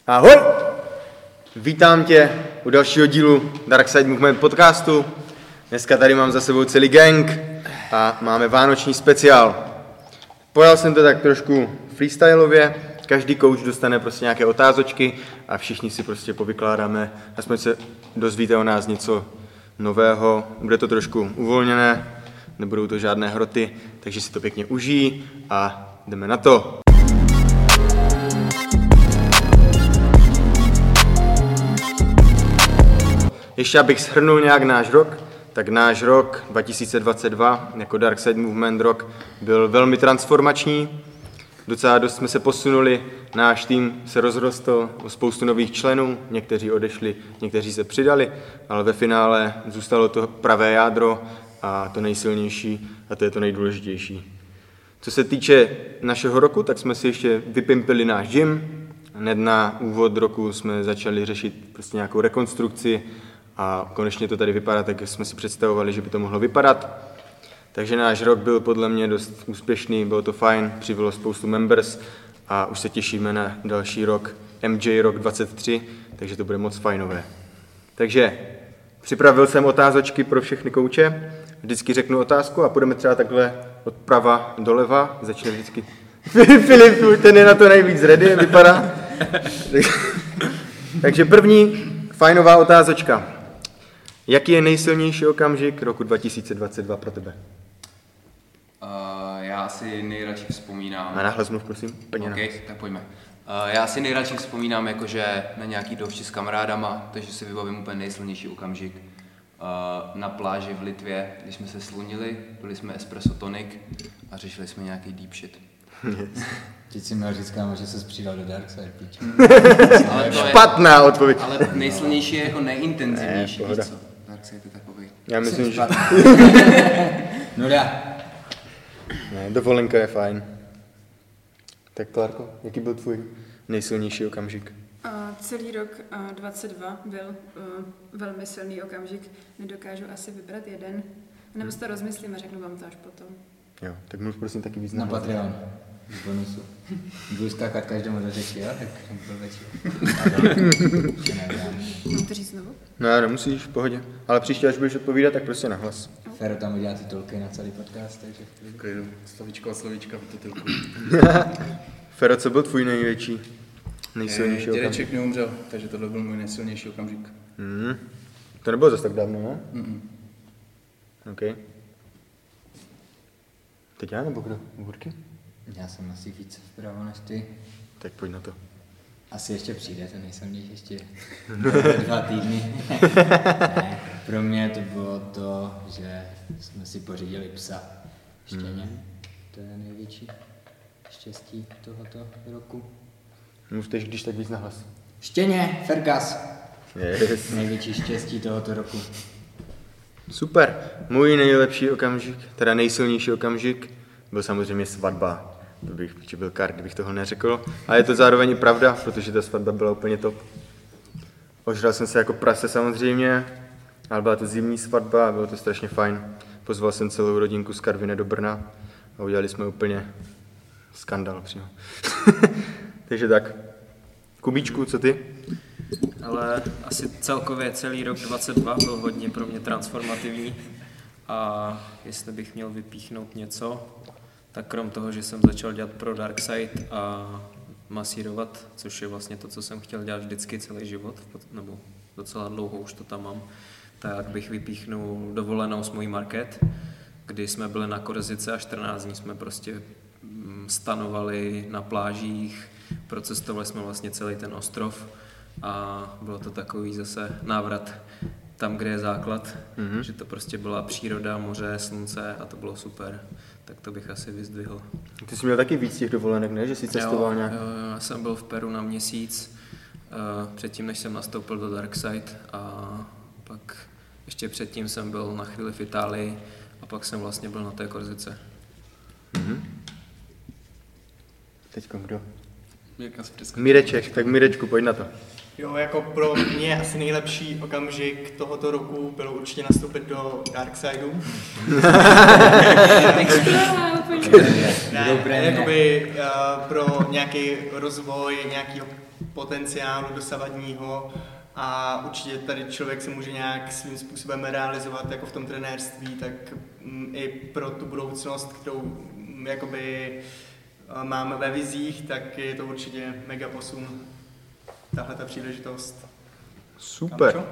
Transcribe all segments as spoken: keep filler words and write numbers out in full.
Ahoj! Vítám tě u dalšího dílu Dark Side Movement podcastu. Dneska tady mám za sebou celý gang a máme vánoční speciál. Pojal jsem to tak trošku freestylově, každý coach dostane prostě nějaké otázočky a všichni si prostě povykládáme, aspoň se dozvíte o nás něco nového, bude to trošku uvolněné, nebudou to žádné hroty, takže si to pěkně užijí a jdeme na to. Ještě abych shrnul nějak náš rok, tak náš rok dva tisíce dvacet dva jako Dark Side Movement rok byl velmi transformační. Docela dost jsme se posunuli, náš tým se rozrostl o spoustu nových členů, někteří odešli, někteří se přidali, ale ve finále zůstalo to pravé jádro a to nejsilnější a to je to nejdůležitější. Co se týče našeho roku, tak jsme si ještě vypimpili náš gym. Hned na úvod roku jsme začali řešit prostě nějakou rekonstrukci a konečně to tady vypadá, tak jsme si představovali, že by to mohlo vypadat. Takže náš rok byl podle mě dost úspěšný, bylo to fajn, přibylo spoustu members a už se těšíme na další rok, M J rok dvacet tři, takže to bude moc fajnové. Takže připravil jsem otázočky pro všechny kouče, vždycky řeknu otázku a půjdeme třeba takhle odprava doleva, začne vždycky Filip, ten je na to nejvíc ready, vypadá. Takže první fajnová otázočka. Jaký je nejsilnější okamžik roku dva tisíce dvacet dva pro tebe? Uh, já si nejradši vzpomínám... A nahlas mluv, prosím. Plně okay, tak pojďme. Uh, já si nejradši vzpomínám jakože na nějaký dovči s kamarádama, takže si vybavím úplně nejsilnější okamžik. Uh, na pláži v Litvě, když jsme se slunili, byli jsme espresso tonic a řešili jsme nějaký deep shit. Yes. Teď si měl říct, kámo, že se přidal do Dark Side, pič. Ale to špatná je, odpověď. Ale nejsilnější je jako nejintenzivnější, ne, víš co? Dark Side je takový. Já myslím, že... No dá. Ne, dovolenka je fajn. Tak Klárko, jaký byl tvůj nejsilnější okamžik? Uh, celý rok uh, dvacet dva byl uh, velmi silný okamžik. Nedokážu asi vybrat jeden. Nebo si to rozmyslím a řeknu vám to až potom. Jo, tak mluv prosím taky víc na Patreon. Z bonusu. Budu skákat každému do řeči, jo? Tak byl větší. Mám to říct znovu? No já nemusíš, v pohodě. Ale příště, až budeš odpovídat, tak prostě nahlas. Fero tam udělá ty tolky na celý podcast, takže v klidu. Slovíčko a slovíčka v titulku. Fero, co byl tvůj největší, nejsilnější okamžik? Dědeček mě umřel, takže tohle byl můj nejsilnější okamžik. Mm. To nebylo zase tak dávno, ne? Mm-mm. OK. Teď já nebo kdo? Hurky? Já jsem asi víc vpravo než ty. Tak pojď na to. Asi ještě přijde, to nejsilnější ještě dva týdny. Ne, pro mě to bylo to, že jsme si pořídili psa Štěně. Mm. To je největší štěstí tohoto roku. Mluvte, když tak víc nahlas. Štěně, Fergas. Yes. Největší štěstí tohoto roku. Super. Můj nejlepší okamžik, teda nejsilnější okamžik, byl samozřejmě svatba. To bych příště byl kar, kdybych toho neřekl. A je to zároveň i pravda, protože ta svatba byla úplně top. Ožral jsem se jako prase samozřejmě, ale byla to zimní svatba a bylo to strašně fajn. Pozval jsem celou rodinku z Karviné do Brna a udělali jsme úplně skandál přímo. Takže tak. Kubíčku, co ty? Ale asi celkově celý rok dvacet dva byl hodně pro mě transformativní a jestli bych měl vypíchnout něco, tak krom toho, že jsem začal dělat pro Dark Side a masírovat, což je vlastně to, co jsem chtěl dělat vždycky celý život, nebo docela dlouho už to tam mám, tak bych vypíchnul dovolenou s mojí market, kdy jsme byli na Korzice a čtrnáct dní jsme prostě stanovali na plážích, procestovali jsme vlastně celý ten ostrov a bylo to takový zase návrat tam, kde je základ, mm-hmm. že to prostě byla příroda, moře, slunce a to bylo super, tak to bych asi vyzdvihl. Ty jsi měl taky víc těch dovolenek, ne? Že jsi cestoval jo, nějak? Jo, já jsem byl v Peru na měsíc, předtím, než jsem nastoupil do Dark Side a pak ještě předtím jsem byl na chvíli v Itálii a pak jsem vlastně byl na té Korzice. Mm-hmm. Teďko kdo? Mireček, tak Mirečku, pojď na to. Jo, jako pro mě asi nejlepší okamžik tohoto roku bylo určitě nastoupit do Dark Sideu. ne, jakoby uh, pro nějaký rozvoj nějakého potenciálu dosavadního a určitě tady člověk se může nějak svým způsobem realizovat jako v tom trenérství, tak mm, i pro tu budoucnost, kterou mm, jakoby uh, máme ve vizích, tak je to určitě mega posun, tahle ta příležitost. Super. Kamčo?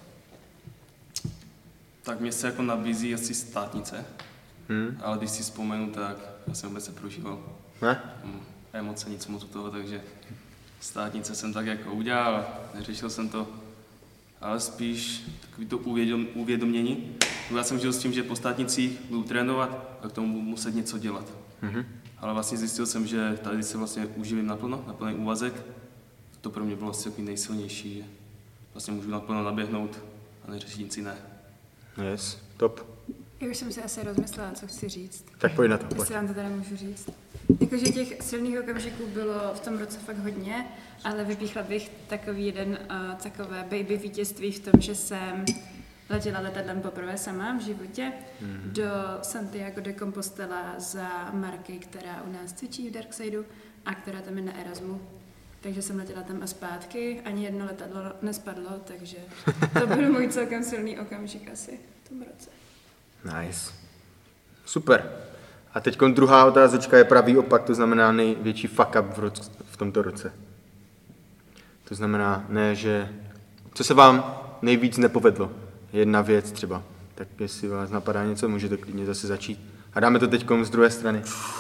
Tak mě se jako nabízí asi státnice, Hmm. ale když si vzpomenu, tak já jsem vůbec neprožíval Ne? hm, emoce, nic moc u toho, takže státnice jsem tak jako udělal, neřešil jsem to, ale spíš takový to uvědom, uvědomění. Já jsem žil s tím, že po státnicích budu trénovat a k tomu budu muset něco dělat. Mhm. Ale vlastně zjistil jsem, že tady se vlastně uživím naplno, na plný úvazek. To pro mě bylo vlastně takový nejsilnější, že vlastně můžu naplno naběhnout a neřešit nic jiné. Yes, top. Já už jsem si asi rozmyslela, co chci říct. Tak pojď na to, pojď. Jestli vám to teda můžu říct. Jakože těch silných okamžiků bylo v tom roce fakt hodně, ale vypíchla bych takový jeden uh, takové baby vítězství v tom, že jsem letěla letadlem poprvé sama v životě mm-hmm. do Santiago de Compostela za Marky, která u nás cvičí v Darksideu a která tam je na Erasmu. Takže jsem letěla tam a zpátky, ani jedno letadlo nespadlo, takže to byl můj celkem silný okamžik asi v tom roce. Nice. Super. A teď druhá otázečka je pravý opak, to znamená největší fuck up v, roce, v tomto roce. To znamená, ne, že... Co se vám nejvíc nepovedlo? Jedna věc třeba. Tak jestli vás napadá něco, můžete klidně zase začít. A dáme to teď z druhé strany.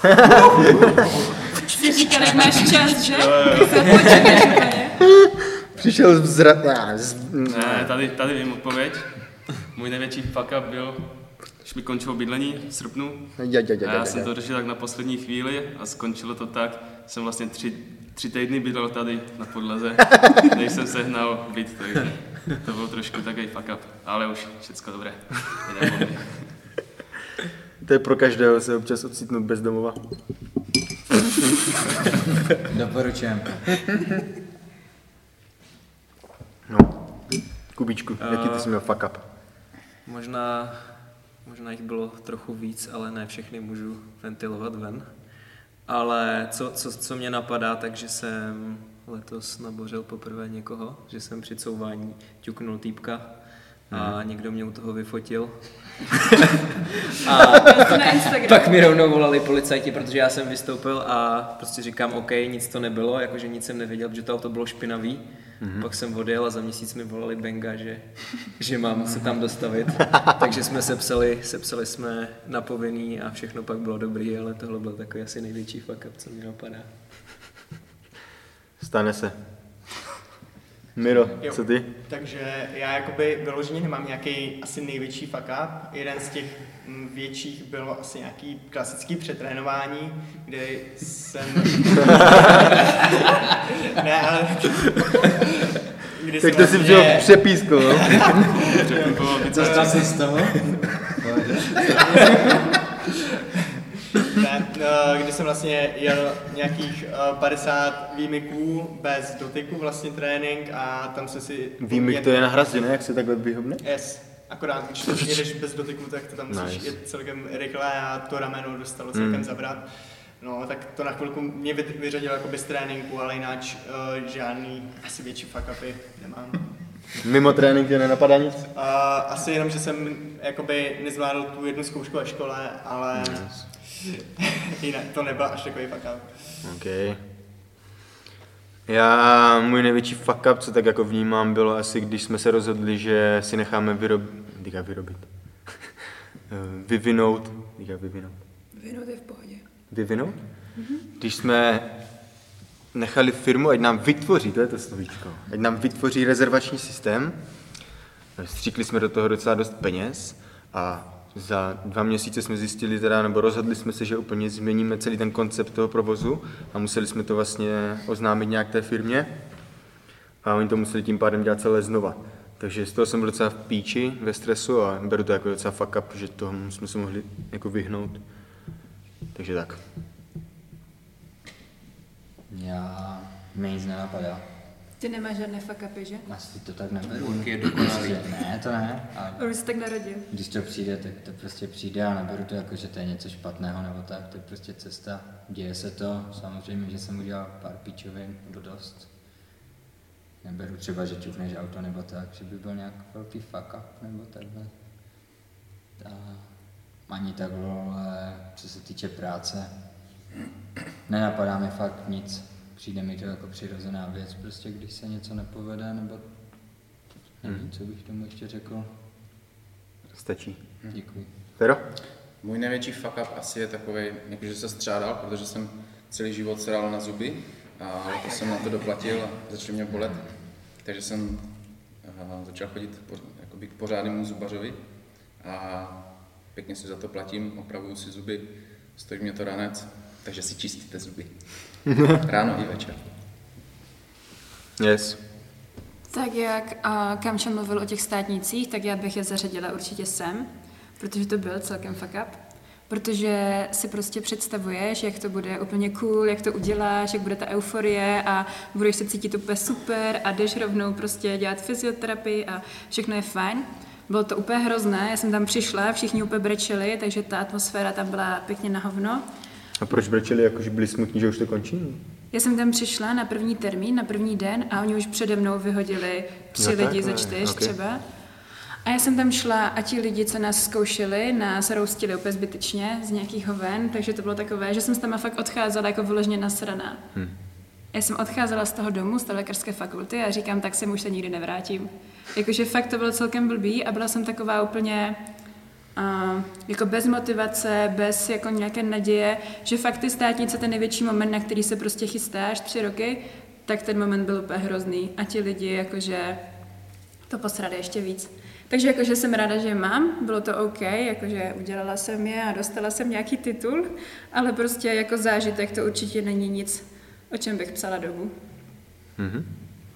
Jsi říkal, jak máš čas, že? Tak se počkáš úplně. Přišel z vzra... Z... Ne, tady, tady vím odpověď. Můj největší fuck up byl, když mi končilo bydlení v srpnu. Ja, ja, ja, A ja, já jsem ja. to řešil tak na poslední chvíli a skončilo to tak, jsem vlastně tři, tři týdny bydlel tady na podlaze, než jsem sehnal byt, takže to byl trošku takový fuck up, ale už všecko dobré. To je pro každého se občas ocitnout bez domova. Doporučujem. No. Kubíčku, jaký ty jsi měl fuck up? Možná, možná jich bylo trochu víc, ale ne všechny můžu ventilovat ven. Ale co, co, co mě napadá, takže jsem letos nabořil poprvé někoho, že jsem při couvání ťuknul týpka a někdo mě u toho vyfotil. A Na Instagram. pak mi rovnou volali policajti, protože já jsem vystoupil a prostě říkám, OK, nic to nebylo, jakože nic jsem nevěděl, protože to auto bylo špinavý. Mm-hmm. Pak jsem odjel a za měsíc mi volali Benga, že, že mám se tam dostavit. Takže jsme sepsali, sepsali jsme na povinný a všechno pak bylo dobrý, ale tohle byl takový asi největší fuck up, co mě napadá. Stane se. Miro, Jo. co ty? Takže já jakoby vyloženě nemám nějaký asi největší fuck up. Jeden z těch mm, větších bylo asi nějaký klasický přetrénování, kde jsem... ne, ale... Kdy Tak jsem to si vlastně- vzal přepísku, no? Co jsi z toho? Ne, no, kdy jsem vlastně jel nějakých uh, padesát výmyků bez dotyku, vlastně trénink a tam se si... Výmyk to je na hrazdě, ne? Jak se takhle vyhobne? Yes. Akorát, když jedeš bez dotyku, tak to tam musíš Nice. jet celkem rychle a to rameno dostalo celkem Mm. zabrat. No, tak to na chvilku mě vy- vyřadilo jako z tréninku, ale jinak uh, žádný asi větší fuck upy nemám. Mimo trénink tě nenapadá nic? Uh, asi jenom, že jsem jakoby nezvládl tu jednu zkoušku ve škole, ale jinak to nebyl až takový fuck up. OK. Já, můj největší fuck up, co tak jako vnímám, bylo asi, když jsme se rozhodli, že si necháme vyrobit, díka vyrobit, vyvinout, díka vyvinout, Vinout je v pohodě. vyvinout? Když jsme nechali firmu, ať nám vytvoří, to je to slovíčko, ať nám vytvoří rezervační systém, stříkli jsme do toho docela dost peněz a za dva měsíce jsme zjistili teda, nebo rozhodli jsme se, že úplně změníme celý ten koncept toho provozu a museli jsme to vlastně oznámit nějak té firmě a oni to museli tím pádem dělat celé znova. Takže z toho jsem byl docela v píči, ve stresu a beru to jako docela fuck up, že toho jsme se mohli jako vyhnout. Takže tak. Já mi nic nenapadá. Ty nemáš žádné fuck upy, že? Asi to tak neberu. Urky je dokonalý. Ne, to ne. A Už jsi tak narodil. když to přijde, tak to prostě přijde a neberu to jako, že to je něco špatného nebo tak. To je prostě cesta. Děje se to. Samozřejmě, že jsem udělal pár píčovin, to dost. neberu třeba, že ťukneš auto nebo tak, že by byl nějak velký fuck up nebo takhle. A ani takhle, co se týče práce, nenapadá mi fakt nic. Přijde mi to jako přirozená věc, prostě když se něco nepovede, nebo nevím, co bych tomu ještě řekl. Stačí. Děkuji. Fero? Můj největší fuck up asi je takový, jakože se střádal, protože jsem celý život sral na zuby a letos jsem na to doplatil a začali mě bolet. Takže jsem uh, začal chodit po, jakoby k pořádnému zubařovi a pěkně si za to platím, opravuju si zuby, stojí mě to ranec, takže si čistíte zuby. Ráno i večer. Yes. Tak jak uh, Kamča mluvil o těch státnicích, tak já bych je zařadila určitě sem, protože to byl celkem fuck up. Protože si prostě představuješ, jak to bude úplně cool, jak to uděláš, jak bude ta euforie a budeš se cítit úplně super a jdeš rovnou prostě dělat fyzioterapii a všechno je fajn. Bylo to úplně hrozné, já jsem tam přišla, všichni úplně brečeli, takže ta atmosféra tam byla pěkně na hovno. A proč brečeli, jakože byli smutní, že už to končí? Já jsem tam přišla na první termín, na první den a oni už přede mnou vyhodili tři No lidi tak, ze ne, čtyř okay. třeba. A já jsem tam šla a ti lidi, co nás zkoušeli, nás roustili úplně zbytečně z nějakých hoven, takže to bylo takové, že jsem s tam fakt odcházela jako vyloženě nasraná. Hmm. Já jsem odcházela z toho domu, z té lékařské fakulty a říkám, tak sem už se nikdy nevrátím. Jakože fakt to bylo celkem blbý a byla jsem taková úplně uh, jako bez motivace, bez jako nějaké naděje, že fakt ty státnice, ten největší moment, na který se prostě chystáš tři roky, tak ten moment byl úplně hrozný a ti lidi jakože to posrali ještě víc. Takže jakože jsem ráda, že je mám, bylo to OK, jakože udělala jsem je a dostala jsem nějaký titul, ale prostě jako zážitek to určitě není nic, o čem bych psala domů. Mhm.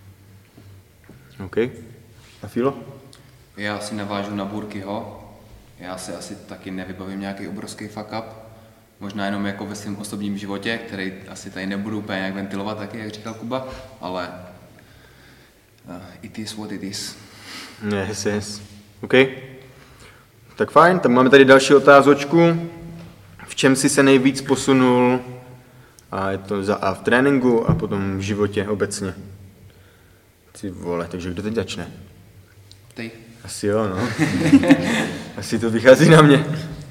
OK. A Filo? Já si navážu na Burkyho. Já si asi taky nevybavím nějaký obrovský fuck up. Možná jenom jako ve svém osobním životě, který asi tady nebudu úplně nějak ventilovat taky, jak říkal Kuba, ale uh, it is what it is. Yes, yes. OK. Tak fajn, tak máme tady další otázočku. V čem jsi se nejvíc posunul? A je to za A v tréninku a potom v životě obecně. Ty vole, takže kdo teď začne? Ty. Asi jo, no. Asi to vychází na mě.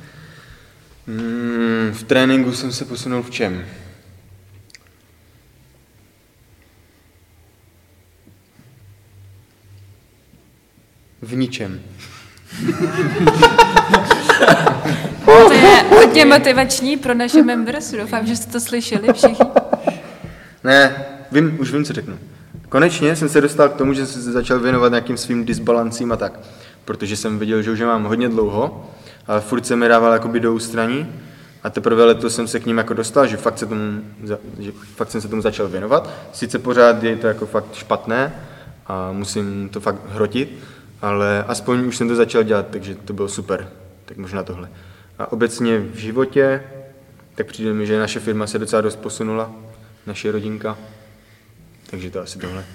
Hmm, v tréninku jsem se posunul v čem? V ničem. To je hodně motivační pro naše members, doufám, že jste to slyšeli všichni. Ne, vím, už vím, co řeknu. Konečně jsem se dostal k tomu, že jsem se začal věnovat nějakým svým disbalancím a tak. Protože jsem viděl, že už je mám hodně dlouho, ale furt se mi dával jakoby do ústraní. A teprve letos jsem se k ním jako dostal, že fakt, se tomu, že fakt jsem se tomu začal věnovat. Sice pořád je to jako fakt špatné a musím to fakt hrotit, ale aspoň už jsem to začal dělat, takže to bylo super. Tak možná tohle. A obecně v životě, tak přijde mi, že naše firma se docela dost posunula, naše rodinka. Takže to asi tohle.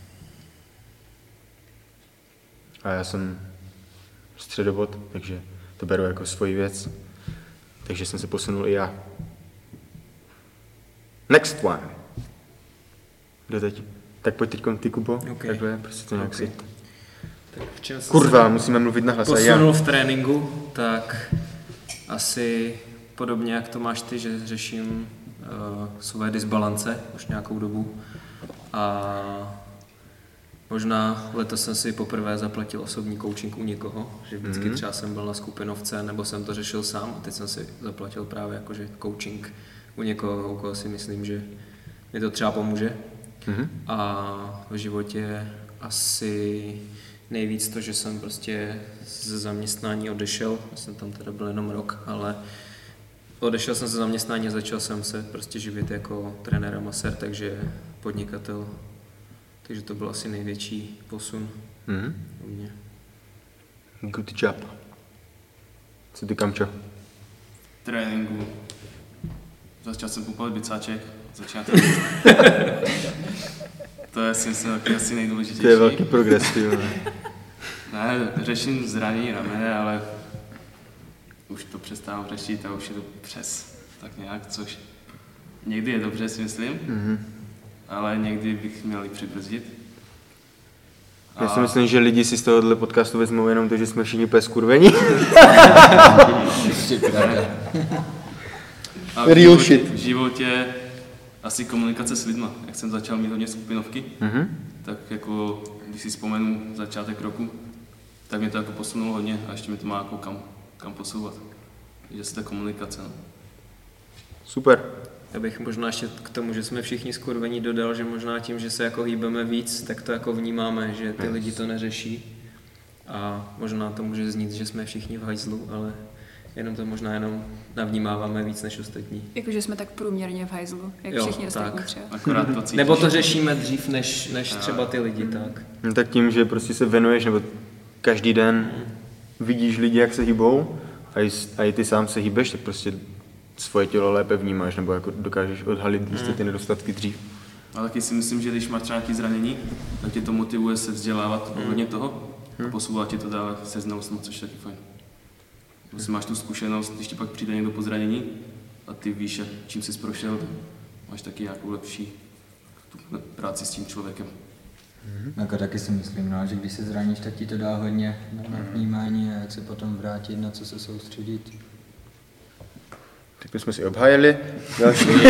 A já jsem středobod, takže to beru jako svoji věc. Takže jsem se posunul i já. Next one. Kdo teď? Tak pojď teďkom ty, Kubo. Okay. Takhle, prostě to nějak Okay. si... Tak v čem jsem Kurva, se musíme mluvit nahlas. A já. posunul v tréninku, tak asi podobně, jak to máš ty, že řeším uh, své disbalance už nějakou dobu. A možná letos jsem si poprvé zaplatil osobní coaching u někoho, že vždycky mm-hmm. třeba jsem byl na skupinovce, nebo jsem to řešil sám a teď jsem si zaplatil právě jakože coaching u někoho, u koho si myslím, že mi to třeba pomůže. Mm-hmm. A v životě asi nejvíc to, že jsem prostě ze zaměstnání odešel, jsem tam teda byl jenom rok, ale odešel jsem ze zaměstnání a začal jsem se prostě živit jako trenér a masér, takže podnikatel. Takže to byl asi největší posun Mm-hmm. u mě. Good job. Co ty, Kamčo? Tréninku. Začal jsem kupovat bicáček, začal to je si myslím taky asi nejdůležitější. To je velký progres, ty jo. Ne, řeším zranění ramene, ale už to přestávám řešit a už je to přes, tak nějak, což někdy je dobře, si myslím, mm-hmm. ale někdy bych měl i přibrzdit. Já si myslím, že lidi si z tohohle podcastu vezmou jenom to, že jsme všichni úplně skurvení. A v Real životě, shit. v životě asi komunikace s lidma. Jak jsem začal mít hodně skupinovky, Mhm. tak jako, když si vzpomenu začátek roku, tak mě to jako posunulo hodně a ještě mi to má jako kam, kam posouvat. Takže asi ta komunikace. No. Super. Já bych možná ještě k tomu, že jsme všichni skurvení dodal, že možná tím, že se jako hýbeme víc, tak to jako vnímáme, že ty lidi to neřeší. A možná to může znít, že jsme všichni v hajzlu, ale jenom to možná jenom navnímáváme víc než ostatní. Jakože jsme tak průměrně v hajzlu, jak Jo, všichni ostatní tak. třeba. Akorát to cítíš. Nebo to řešíme dřív než, než třeba ty lidi, tak. No tak tím, že prostě se věnuješ, nebo každý den vidíš lidi, jak se hýbou a i, a i ty sám se hýbeš, tak prostě svoje tělo lépe vnímáš, nebo jako dokážeš odhalit prostě ty nedostatky dřív. A taky si myslím, že když máš třeba nějaké zranění, tak tě to motivuje se vzdělávat ohledně toho a posouvat tě to dále se znalostmi, což je taky fajn. Prostě máš tu zkušenost, když ti pak přijde někdo po zranění a ty víš, jak, čím jsi prošel, tak máš taky nějakou lepší tu práci s tím člověkem. Jako taky si myslím, no, že když se zraníš, tak ti to dá hodně na vnímání a jak se potom vrátit, na co se soustředit. Tak to jsme si obhájili. Další. Uh,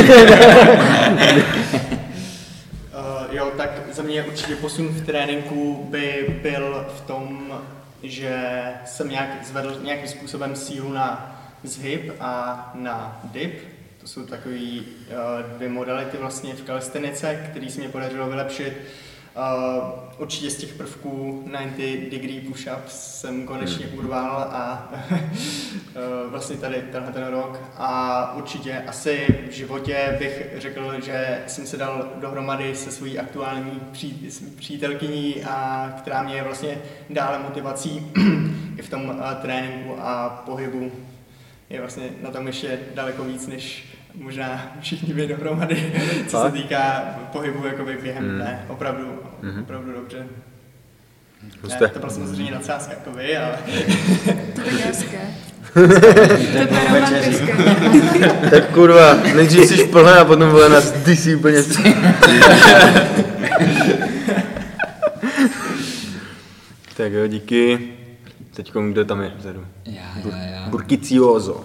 jo, tak za mě určitě posun v tréninku by byl v tom, že jsem nějak zvedl nějakým způsobem sílu na zhyb a na dip. To jsou takové uh, dvě modality vlastně v kalistenice, které se mě podařilo vylepšit. Uh, určitě z těch prvků devadesát degree push-up jsem konečně urval a uh, vlastně tady tenhle ten rok. A určitě asi v životě bych řekl, že jsem se dal dohromady se svojí aktuální pří, přítelkyní, a která mě je vlastně dále motivací i v tom uh, tréninku a pohybu. Je vlastně na tom ještě daleko víc, než možná všichni vy dohromady, co se týká pohybu jakoby během Mm. dne. Opravdu, Mhm. opravdu dobře. Husté. Ne, to byla samozřejmě nadsázka jako vy, ale To je tak hezké. To je romantické. Tak kurva, nejdřív jsi plné a potom vole nás disí úplně. Tak jo, díky. Teď kdo tam je vzadu? Já, já, já. Burkicioso.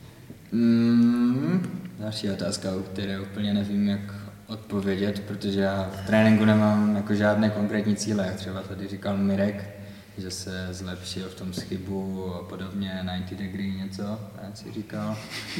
Mm, další otázka, u které úplně nevím, jak odpovědět, protože já v tréninku nemám jako žádné konkrétní cíle, jak třeba tady říkal Mirek, že se zlepšil v tom schybu a podobně, devadesát degree něco, jak si říkal.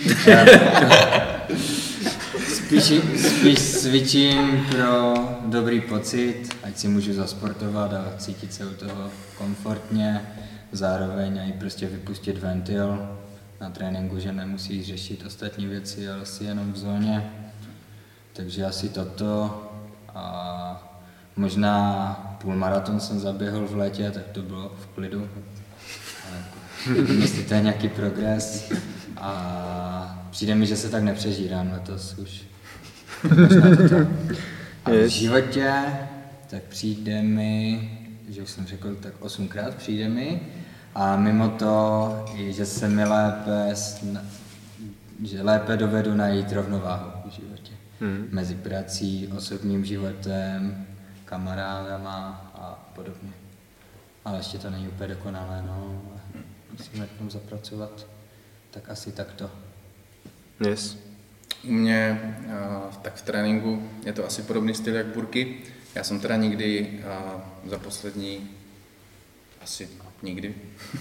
Spíš, spíš cvičím pro dobrý pocit, ať si můžu zasportovat a cítit se u toho komfortně, zároveň i prostě vypustit ventil na tréninku, že nemusíš řešit ostatní věci, ale si jenom v zóně. Takže asi toto a možná půlmaraton jsem zaběhl v létě, tak to bylo v klidu. Jestli to je nějaký progres a přijde mi, že se tak nepřežírám letos už. Možná to tak. A v životě tak přijde mi, že už jsem řekl, tak osmkrát přijde mi a mimo to, i že se mi lépe, sna- že lépe dovedu najít rovnováhu v životě. Hmm. Mezi prací, osobním životem, kamarádama a podobně. Ale ještě to není úplně dokonalé, no. Musíme k tomu zapracovat. Tak asi takto. Yes. U mě, uh, tak v tréninku je to asi podobný styl jak Burky. Já jsem teda nikdy uh, za poslední, asi nikdy,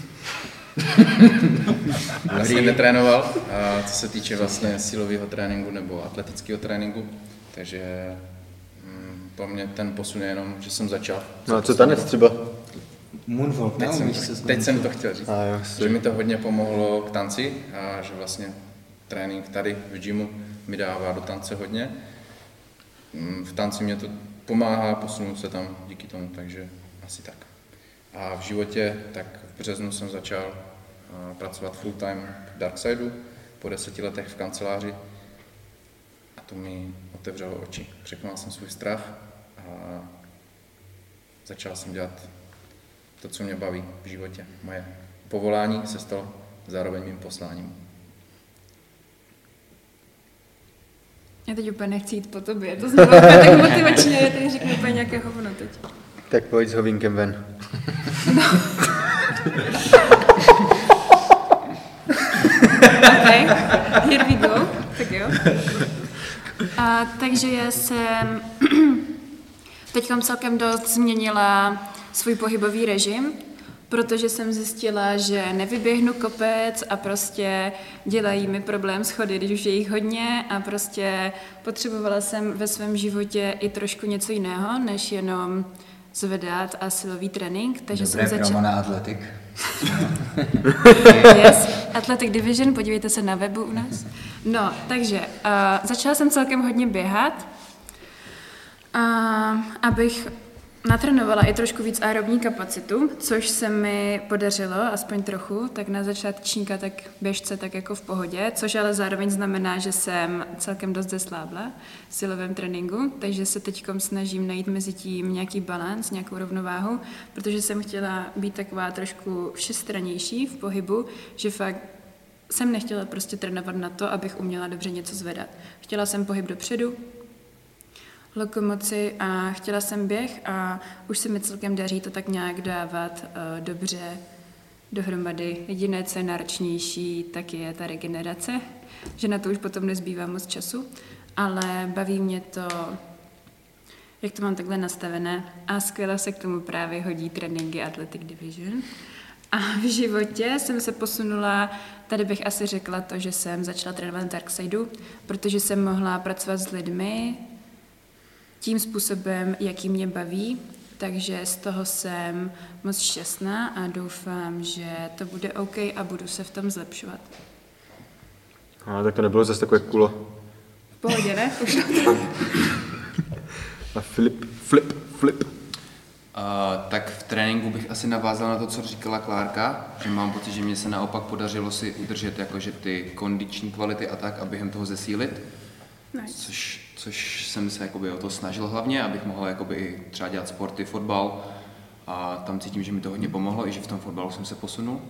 vlastně netrénoval, uh, co se týče vlastně silového tréninku nebo atletického tréninku. Takže um, pro mě ten posun je jenom, že jsem začal. No a co tanec třeba? Moonwalk, Teď, jsem, neumíš se teď jsem to chtěl říct. A jo, Že mi to hodně pomohlo k tanci a že vlastně trénink tady v gymu mi dává do tance hodně. V tanci mě to pomáhá posunout se tam díky tomu, takže asi tak. A v životě, tak v březnu jsem začal uh, pracovat full time v Darksideu, po deseti letech v kanceláři a to mi otevřelo oči. Překonal jsem svůj strach a začal jsem dělat to, co mě baví v životě. Moje povolání se stalo zároveň mým posláním. Já teď úplně nechci jít po tobě, to znovu tak motivačně, já teď řeknu úplně nějaké hovno teď. Tak pojď s hovínkem ven. Okay, here we go. Tak jo. A, takže já jsem teď celkem dost změnila svůj pohybový režim, protože jsem zjistila, že nevyběhnu kopec a prostě dělají mi problém schody, když už je jich hodně a prostě potřebovala jsem ve svém životě i trošku něco jiného, než jenom zvedat a silový trénink. Takže Dobré jsem promo začala... na Athletic. Yes, Athletic Division, podívejte se na webu u nás. No, takže uh, začala jsem celkem hodně běhat, uh, abych natrénovala i trošku víc aerobní kapacitu, což se mi podařilo, aspoň trochu, tak na začátečníka, tak běžce, tak jako v pohodě, což ale zároveň znamená, že jsem celkem dost zeslábla v silovém tréninku, takže se teďkom snažím najít mezi tím nějaký balans, nějakou rovnováhu, protože jsem chtěla být taková trošku všestrannější v pohybu, že fakt jsem nechtěla prostě trénovat na to, abych uměla dobře něco zvedat. Chtěla jsem pohyb dopředu, lokomoci a chtěla jsem běh a už se mi celkem daří to tak nějak dávat uh, dobře dohromady. Jediné, co je náročnější, tak je ta regenerace, že na to už potom nezbývá moc času, ale baví mě to, jak to mám takhle nastavené a skvěle se k tomu právě hodí tréninky Athletic Division. A v životě jsem se posunula, tady bych asi řekla to, že jsem začala trénovat na Darksideu, protože jsem mohla pracovat s lidmi tím způsobem, jaký mě baví, takže z toho jsem moc šťastná a doufám, že to bude OK a budu se v tom zlepšovat. A tak to nebylo zase takové kulo. V pohodě, ne? Už A flip, flip, flip. Uh, tak v tréninku bych asi navázal na to, co říkala Klárka, že mám pocit, že mě se naopak podařilo si udržet jakože ty kondiční kvality a tak a během toho zesílit. Nice. Což, což jsem se jakoby o to snažil hlavně, abych mohl jakoby třeba dělat sporty, fotbal a tam cítím, že mi to hodně pomohlo, i že v tom fotbalu jsem se posunul.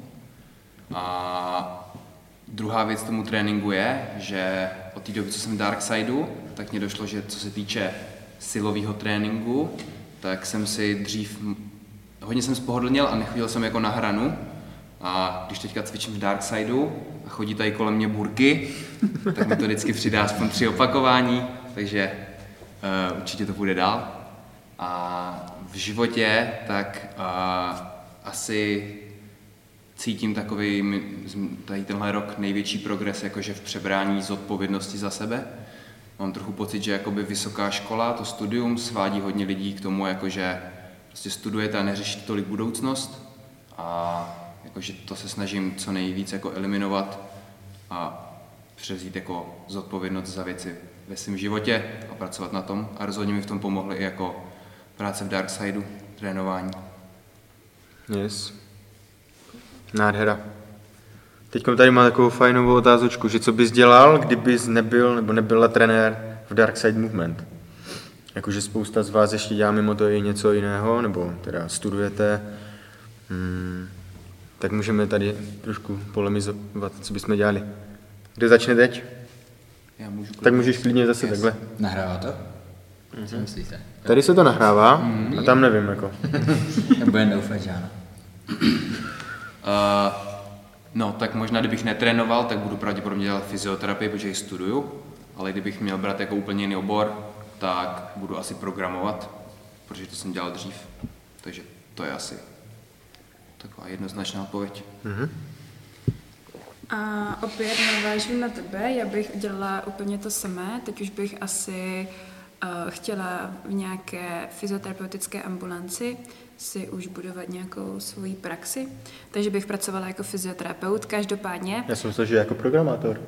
A druhá věc tomu tréninku je, že od té doby, co jsem v Darksideu, tak mě došlo, že co se týče silového tréninku, tak jsem si dřív, hodně jsem spohodlněl a nechodil jsem jako na hranu. A když teďka cvičím v Darksideu a chodí tady kolem mě burky, tak mi to vždycky přidá aspoň tři opakování, takže uh, určitě to půjde dál. A v životě tak uh, asi cítím takový tady tenhle rok největší progres, jakože v přebrání zodpovědnosti za sebe. Mám trochu pocit, že jakoby vysoká škola, to studium svádí hodně lidí k tomu, jakože prostě studujete a neřešíte tolik budoucnost a jakože to se snažím co nejvíc jako eliminovat a převzít jako zodpovědnost za věci ve svém životě a pracovat na tom. A rozhodně mi v tom pomohly i jako práce v Darksideu, trénování. Yes. Nádhera. Teď tady mám takovou fajnovou otázočku, že co bys dělal, kdybys nebyl nebo nebyla trenér v Darkside Movement? Jakože spousta z vás ještě dělá mimo to i něco jiného, nebo teda studujete. Hmm. Tak můžeme tady trošku polemizovat, co bychom dělali. Kdo začne teď? Já můžu. Tak můžeš klidně zase yes. takhle. Nahrává to? Mm-hmm. Co myslíte? Tady se to nahrává mm, a tam nevím, jako. Nebudem doufat, že ano. Uh, no, tak možná, kdybych netrénoval, tak budu pravděpodobně dělat fyzioterapii, protože ji studuju, ale kdybych měl brát jako úplně jiný obor, tak budu asi programovat, protože to jsem dělal dřív, takže to je asi taková jednoznačná odpověď. Mm-hmm. A opět navážu na tebe, já bych dělala úplně to samé, teď už bych asi uh, chtěla v nějaké fyzioterapeutické ambulanci si už budovat nějakou svoji praxi, takže bych pracovala jako fyzioterapeut, každopádně. Já jsem myslel, že jako programátor.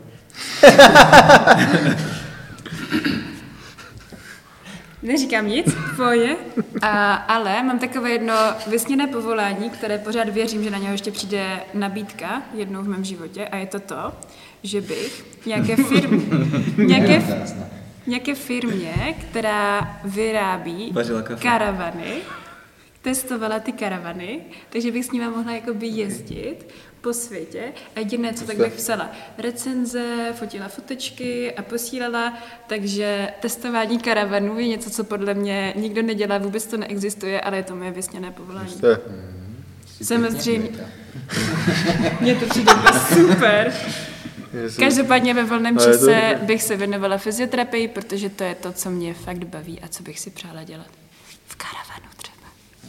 Neříkám nic, pohodě, a, ale mám takové jedno vysněné povolání, které pořád věřím, že na něho ještě přijde nabídka jednou v mém životě a je to to, že bych nějaké firmě, nějaké, nějaké firmě, která vyrábí karavany, testovala ty karavany, takže bych s nimi mohla jakoby jezdit po světě a jediné, co tak bych psala recenze, fotila fotečky a posílala, takže testování karavanů je něco, co podle mě nikdo nedělá, vůbec to neexistuje, ale je to moje vysněné povolání. Jste. Samozřejmě. Mně to přijde super. Každopádně ve volném čase bych se věnovala fyzioterapii, protože to je to, co mě fakt baví a co bych si přála dělat. V karavanu třeba.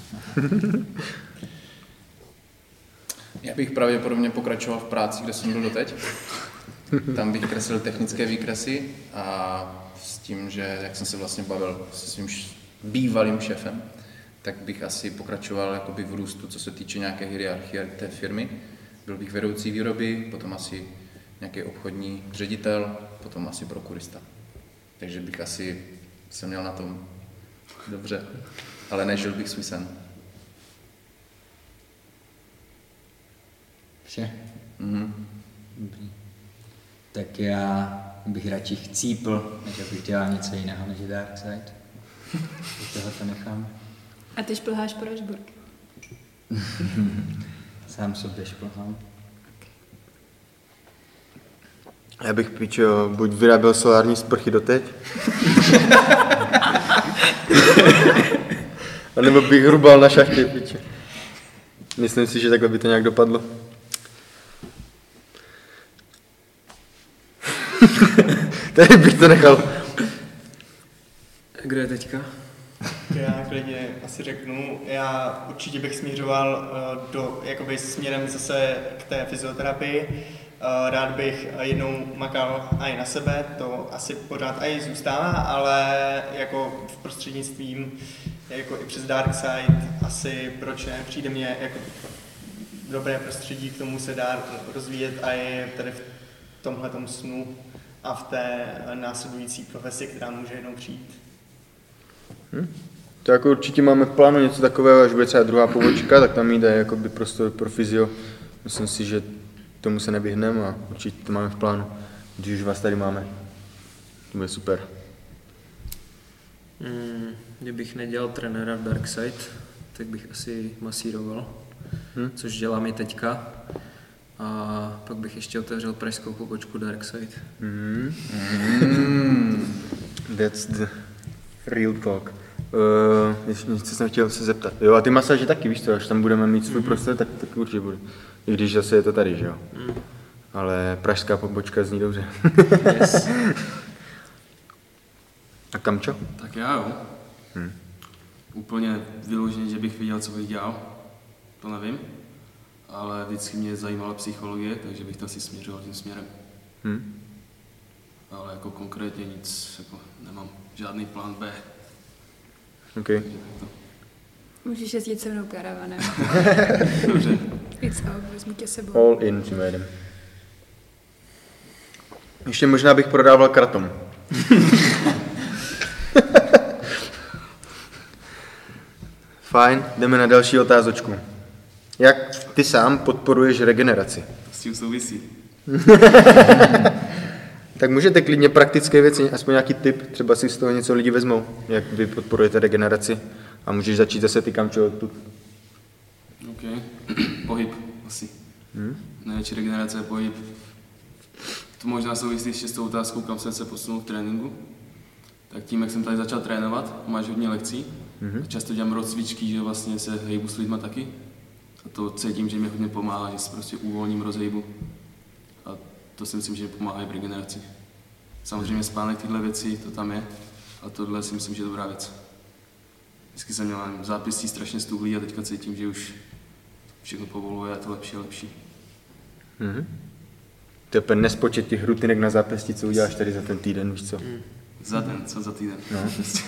Já bych pravděpodobně pokračoval v práci, kde jsem byl doteď. Tam bych kreslil technické výkresy a s tím, že jak jsem se vlastně bavil se svým bývalým šéfem, tak bych asi pokračoval jakoby v růstu, co se týče nějaké hierarchie té firmy. Byl bych vedoucí výroby, potom asi nějaký obchodní ředitel, potom asi prokurista. Takže bych asi se měl na tom dobře, ale nežil bych svůj sen. Vše? Mhm. Dobrý. Tak já bych radši chcípl, než abych dělal něco jiného než Darkside. Toho to nechám. A ty šplháš pro Rožburg? Sám sobě šplhám. Já bych, pičo, buď vyráběl solární sprchy doteď, a nebo bych hrubal na šachtě, piče. Myslím si, že takhle by to nějak dopadlo. Tady bych to nechal. Kdo je teďka? Já klidně asi řeknu, já určitě bych směřoval uh, do, jakoby směrem zase k té fyzioterapii. Uh, rád bych jednou makal i na sebe, to asi pořád i zůstává, ale jako v prostřednictvím, jako i přes Darkside, asi proč ne, přijde mně jako dobré prostředí, k tomu se dá rozvíjet a je tady v tomhletom snu a v té následující profesi, která může jednou přijít. Hm? To jako určitě máme v plánu něco takového, až bude třeba druhá pobočka, tak tam jde jakoby prostor pro fyzio. Myslím si, že tomu se nevyhneme a určitě to máme v plánu, když už vás tady máme. To bude super. Hmm, kdybych nedělal trenéra v Darkside, tak bych asi masíroval, hmm? což dělám i teďka. A pak bych ještě otevřel pražskou pobočku Darkside. Mm. Mm. That's the real talk. Uh, ještě něco jsem chtěl se zeptat. Jo, a ty masáže taky, víš co, až tam budeme mít svůj mm. prostor, tak, tak určitě bude. I když zase je to tady, že jo. Mm. Ale pražská pobočka zní dobře. Yes. A Kamčo? Tak já jo. Hmm. Úplně vyloženě, že bych viděl, co bych dělal, to nevím. Ale vždycky mě zajímala psychologie, takže bych to asi směřoval tím směrem. Hmm. Ale jako konkrétně nic, jako nemám žádný plán B. OK. To... Můžeš jezdit se mnou karavanem. Dobře. It's out, vezmu tě sebou. All in, tím jedem. Ještě možná bych prodával karton. Fajn, jdeme na další otázočku. Jak ty sám podporuješ regeneraci? S tím souvisí. Tak můžete klidně praktické věci, aspoň nějaký tip, třeba si z toho něco lidi vezmou, jak vy podporujete regeneraci. A můžeš začít zase ty Kamčo tu. OK. Pohyb asi. Hmm? Největší regenerace je pohyb. To možná souvisí ještě s tou otázkou, kam jsem se posunul v tréninku. Tak tím, jak jsem tady začal trénovat, máš hodně lekcí. Mm-hmm. Často dělám rozcvičky, že vlastně se hejbu s lidma taky. A to cítím, že mi hodně pomáhá, že se prostě uvolním, rozhejbu. A to si myslím, že mi pomáhá i v regeneraci. Samozřejmě spánek, tyhle věci, to tam je. A tohle si myslím, že je dobrá věc. Vždycky jsem měl zápěstí strašně stuhlý a teďka cítím, že už všechno povoluje a to lepší a lepší. Mm-hmm. To je úplně nespočet těch rutinek na zápěstí, co uděláš tady za ten týden, víš co? Mm. Za den, co za týden. No.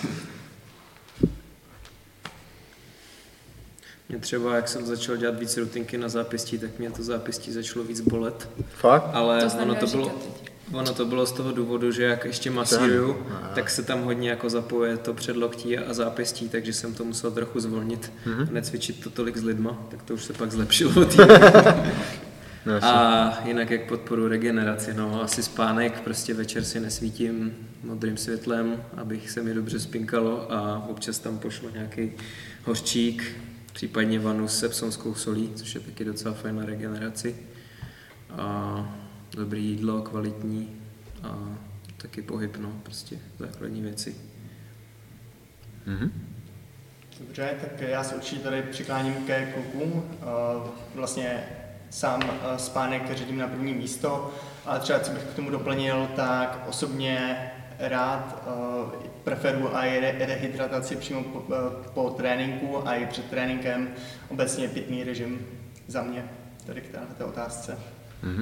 Mě třeba, jak jsem začal dělat víc rutinky na zápěstí, tak mě to zápěstí začalo víc bolet. Fakt? Ale to ono, to bylo, ono to bylo z toho důvodu, že jak ještě masíruju, tak se tam hodně jako zapoje to předloktí a zápěstí, takže jsem to musel trochu zvolnit mm-hmm. a necvičit to tolik s lidma, tak to už se pak zlepšilo. No, a jinak jak podporu regeneraci, no asi spánek, prostě večer si nesvítím modrým světlem, abych se mi dobře spinkalo a občas tam pošlu nějaký hořčík, případně vanu s epsonskou solí, což je taky docela fajn na regeneraci. A dobrý jídlo, kvalitní a taky pohyb, no, prostě základní věci. Mhm. Dobře, tak já se určitě tady přikláním ke klukům. Vlastně sám spánek řadím na první místo, ale třeba co bych k tomu doplnil, tak osobně rád preferuji i rehydrataci přímo po, po tréninku a i před tréninkem. Obecně pitný režim za mě, tady k této otázce. Mhm.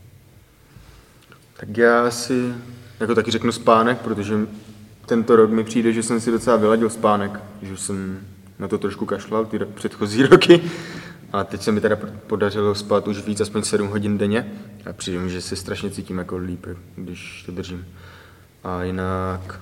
Tak já asi jako taky řeknu spánek, protože tento rok mi přijde, že jsem si docela vyladil spánek, že jsem na to trošku kašlal ty předchozí roky a teď se mi teda podařilo spát už víc, aspoň sedm hodin denně a přijde mi, že se strašně cítím jako líp, když to držím. A jinak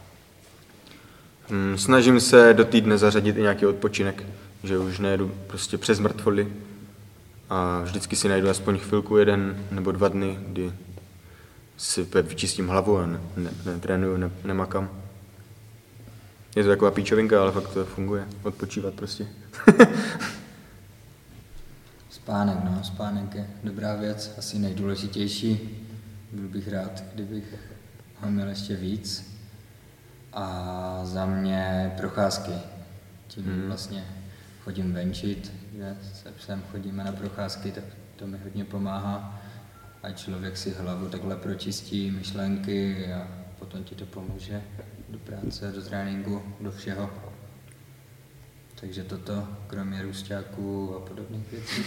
hm, snažím se do týdne zařadit i nějaký odpočinek, že už nejedu prostě přes mrtvoly a vždycky si najdu aspoň chvilku, jeden nebo dva dny, kdy si vyčistím hlavu a netrénuju, ne, ne, nemakám. Je to taková píčovinka, ale fakt to funguje. Odpočívat prostě. Spánek, no, spánek je dobrá věc, asi nejdůležitější. Byl bych rád, kdybych ho měl ještě víc. A za mě procházky. Tím hmm. vlastně chodím venčit, že se psem chodíme na procházky, tak to mi hodně pomáhá. A člověk si hlavu takhle pročistí, myšlenky a potom ti to pomůže do práce, do tréninku, do všeho. Takže toto, kromě růsťáků a podobných věcí.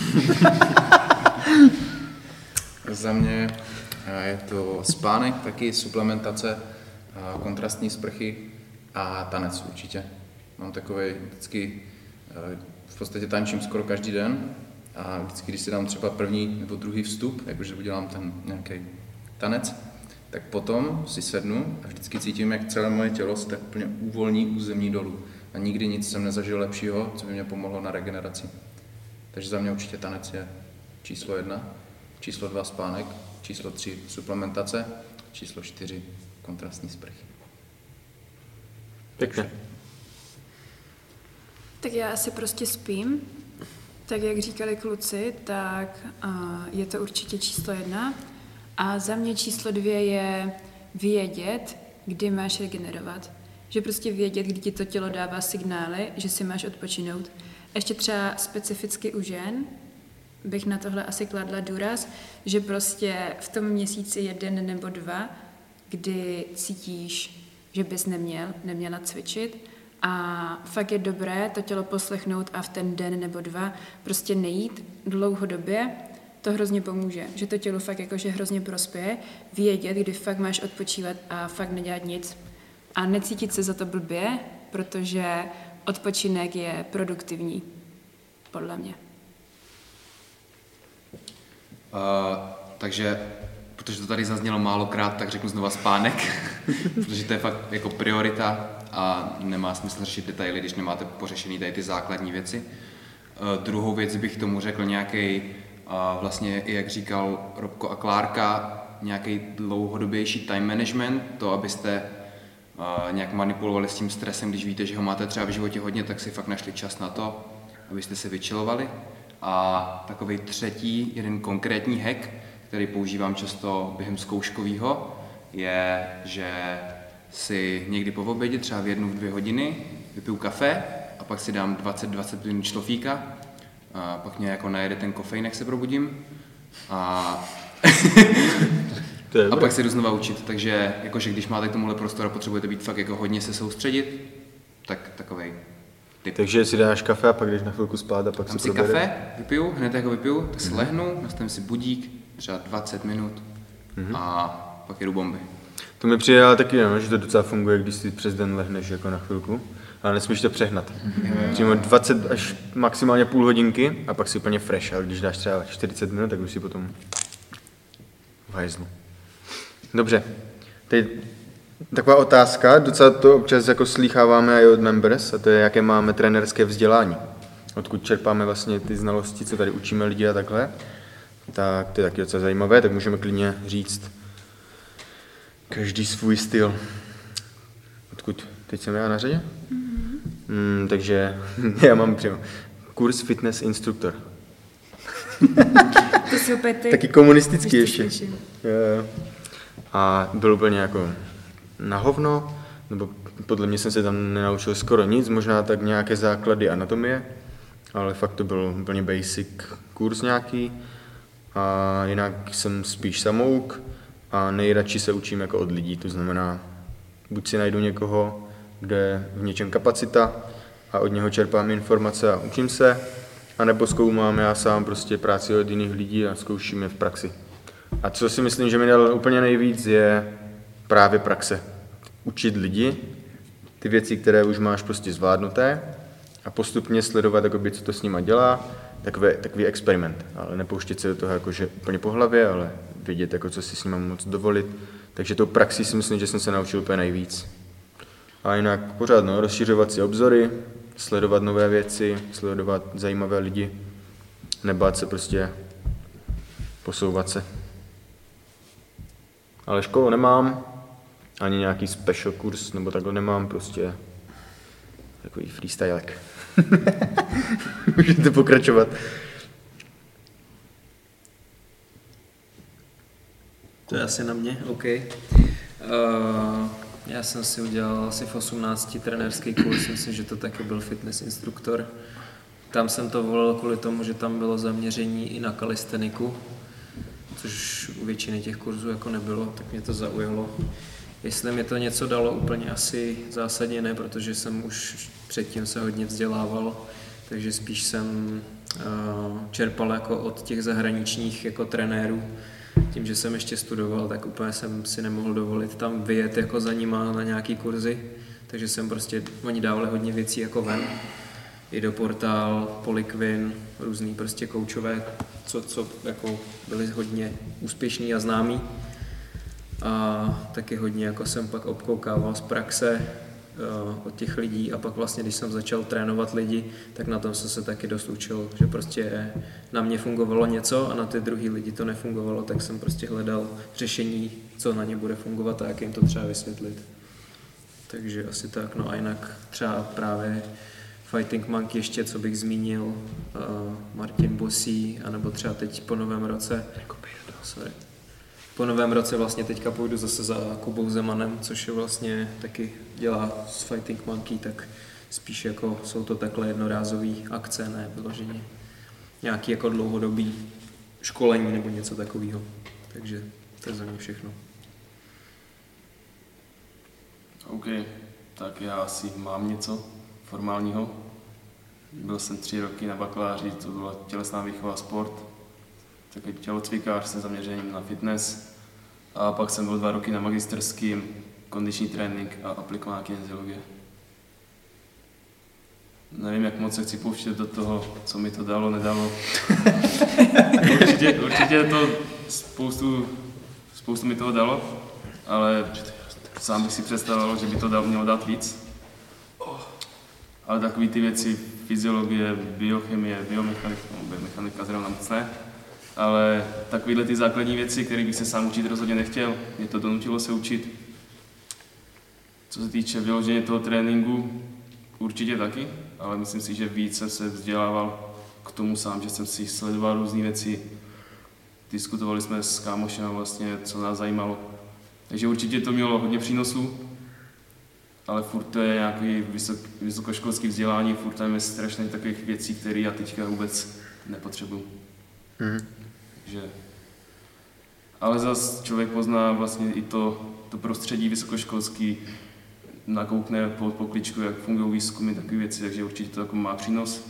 Za mě je to spánek, taky suplementace, kontrastní sprchy a tanec určitě. Mám takový vždycky, v podstatě tančím skoro každý den a vždycky, když si dám třeba první nebo druhý vstup, jakože udělám ten nějaký tanec, tak potom si sednu a vždycky cítím, jak celé moje tělo se tak úplně uvolní území dolů. A nikdy nic jsem nezažil lepšího, co by mě pomohlo na regeneraci. Takže za mě určitě tanec je číslo jedna, číslo dva spánek, číslo tři suplementace, číslo čtyři kontrastní sprchy. Pěkně. Tak já asi prostě spím. Tak jak říkali kluci, tak uh, je to určitě číslo jedna. A za mě číslo dvě je vědět, kdy máš regenerovat. Že prostě vědět, kdy ti to tělo dává signály, že si máš odpočinout. Ještě třeba specificky u žen bych na tohle asi kladla důraz, že prostě v tom měsíci jeden nebo dva, kdy cítíš, že bys neměl, neměla cvičit a fakt je dobré to tělo poslechnout a v ten den nebo dva prostě nejít dlouhodobě, to hrozně pomůže, že to tělo fakt jakože hrozně prospěje, vědět, kdy fakt máš odpočívat a fakt nedělat nic a necítit se za to blbě, protože odpočinek je produktivní, podle mě. Uh, takže, protože to tady zaznělo málokrát, tak řeknu znova spánek, protože to je fakt jako priorita a nemá smysl řešit detaily, když nemáte pořešený tady ty základní věci. Uh, druhou věc bych tomu řekl nějaký, uh, vlastně jak říkal Robko a Klárka, nějaký dlouhodobější time management, to, abyste uh, nějak manipulovali s tím stresem, když víte, že ho máte třeba v životě hodně, tak si fakt našli čas na to, abyste se vyčilovali. A takový třetí, jeden konkrétní hack, který používám často během zkouškovýho, je, že si někdy po obědě, třeba v jednu, v dvě hodiny, vypiju kafe a pak si dám dvacet dvacet minut šlofíka, a pak mě jako najede ten kofein, jak se probudím a, a pak se jdu znova učit. Takže jakože když máte k tomuhle prostor a potřebujete být fakt jako hodně se soustředit, tak takovej tip. Takže si dáš kafe a pak jdeš na chvilku spát a pak Dám si si probere. kafe, vypiju, hned jak ho vypiju, tak si mm-hmm. lehnu, nastavím si budík, třeba dvacet minut mm-hmm. a pak jedu bomby. To mi přijde ale taky, no, že to docela funguje, když si přes den lehneš jako na chvilku, ale nesmíš to přehnat. Mm-hmm. Přímo dvacet až maximálně půl hodinky a pak si úplně fresh, ale když dáš třeba čtyřicet minut, tak už si potom v hajzlu. Dobře, teď taková otázka, docela to občas jako slýcháváme i od members, a to je, jaké máme trenérské vzdělání. Odkud čerpáme vlastně ty znalosti, co tady učíme lidi a takhle. Tak to je taky docela zajímavé, tak můžeme klidně říct každý svůj styl. Odkud? Teď jsem já na řadě? Mm-hmm. Mm, takže já mám přímo kurz fitness instruktor. To jsou pety. Taky komunistický Když to ještě. slyším. Jo, jo. A byl úplně jako na hovno, nebo podle mě jsem se tam nenaučil skoro nic, možná tak nějaké základy anatomie, ale fakt to byl úplně basic kurz nějaký. A jinak jsem spíš samouk a nejradši se učím jako od lidí, to znamená, buď si najdu někoho, kde je v něčem kapacita a od něho čerpám informace a učím se, anebo zkoumám já sám prostě práci od jiných lidí a zkouším je v praxi. A co si myslím, že mi dalo úplně nejvíc, je právě praxe. Učit lidi ty věci, které už máš prostě zvládnuté a postupně sledovat, jakoby, co to s nima dělá, takový, takový experiment. Ale nepouštět se do toho jakože úplně po hlavě, ale vědět, jako, co si s nima moc dovolit. Takže tou praxi si myslím, že jsem se naučil úplně nejvíc. A jinak pořád no, rozšiřovat si obzory, sledovat nové věci, sledovat zajímavé lidi, nebát se prostě posouvat se. Ale školu nemám, ani nějaký special kurz, nebo takhle nemám, prostě takový freestylek. Můžete pokračovat. To je asi na mě, OK. Uh, já jsem si udělal asi v osmnácti trenérský kurz, myslím, že to taky byl fitness instruktor. Tam jsem to volil kvůli tomu, že tam bylo zaměření i na kalisteniku, což u většiny těch kurzů jako nebylo, tak mě to zaujalo. Jestli mi to něco dalo, úplně asi zásadně ne, protože jsem už předtím se hodně vzdělával, takže spíš jsem uh, čerpal jako od těch zahraničních jako trenérů. Tím, že jsem ještě studoval, tak úplně jsem si nemohl dovolit tam vyjet jako za nima na nějaký kurzy, takže jsem prostě, oni dávali hodně věcí jako ven, i do Portál, Polyquin, různý prostě koučové, co, co jako byli hodně úspěšní a známí. A taky hodně jako jsem pak obkoukával z praxe uh, od těch lidí a pak vlastně, když jsem začal trénovat lidi, tak na tom jsem se taky dost učil, že prostě na mě fungovalo něco a na ty druhý lidi to nefungovalo, tak jsem prostě hledal řešení, co na ně bude fungovat a jak jim to třeba vysvětlit. Takže asi tak, no a jinak třeba právě Fighting Monkey ještě, co bych zmínil, uh, Martin Bosí, anebo třeba teď po novém roce, sorry. Po novém roce vlastně teďka půjdu zase za Kubou Zemanem, což je vlastně taky dělá s Fighting Monkey, tak spíš jako jsou to takhle jednorázový akce, ne vyloženě nějaký jako dlouhodobý školení nebo něco takového. Takže to je za mě všechno. OK, tak já asi mám něco formálního. Byl jsem tři roky na bakaláři, to byla tělesná výchova a sport. Takový tělocvikář se zaměřením na fitness. A pak jsem byl dva roky na magisterským, kondiční trénink a aplikovaná kinesiologie. Nevím, jak moc se chci pouštět do toho, co mi to dalo, nedalo. určitě, určitě to spoustu, spoustu mi toho dalo, ale sám bych si představoval, že by to dal, mělo dát víc. Ale takové ty věci, fyziologie, biochemie, biomechanika, biomechanika zrovna moc ne. Ale takovéhle ty základní věci, které bych se sám učit rozhodně nechtěl, mě to donutilo se učit. Co se týče vyloženě toho tréninku, určitě taky, ale myslím si, že víc jsem se vzdělával k tomu sám, že jsem si sledoval různé věci. Diskutovali jsme s kámošem vlastně, co nás zajímalo. Takže určitě to mělo hodně přínosů, ale furt to je nějaké vysok, vysokoškolské vzdělání, furt tam je strašně takových věcí, které já teďka vůbec nepotřebuju. Mm. Takže, ale zase člověk pozná vlastně i to, to prostředí vysokoškolský, nakoukne pod pokličku, jak fungují výzkumy, takové věci, takže určitě to jako má přínos.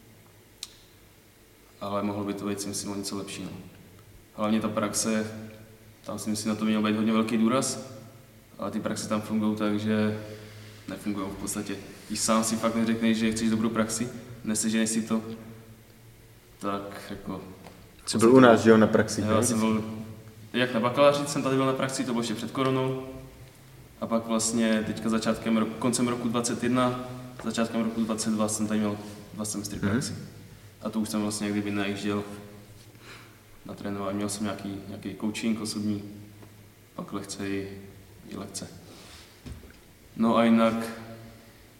Ale mohlo by to být, si myslím, o něco lepší. No. Hlavně ta praxe, tam si myslím, na to měl být hodně velký důraz, ale ty praxe tam fungují tak, že nefungují v podstatě. Když sám si fakt neřekneš, že chceš dobrou praxi, neseženeš si to, tak jako... Co byl u nás, že jo, na praxi? Já jsem byl, jak na bakaláři jsem tady byl na praxi, to bylo ještě před koronou. A pak vlastně teďka začátkem roku, koncem roku dvacet jedna, začátkem roku dvacet dva jsem tady měl dva semestry praxi. A to už jsem vlastně kdyby najížděl na trénování. Měl jsem nějaký, nějaký coaching osobní, pak lehce i, i lekce. No a jinak,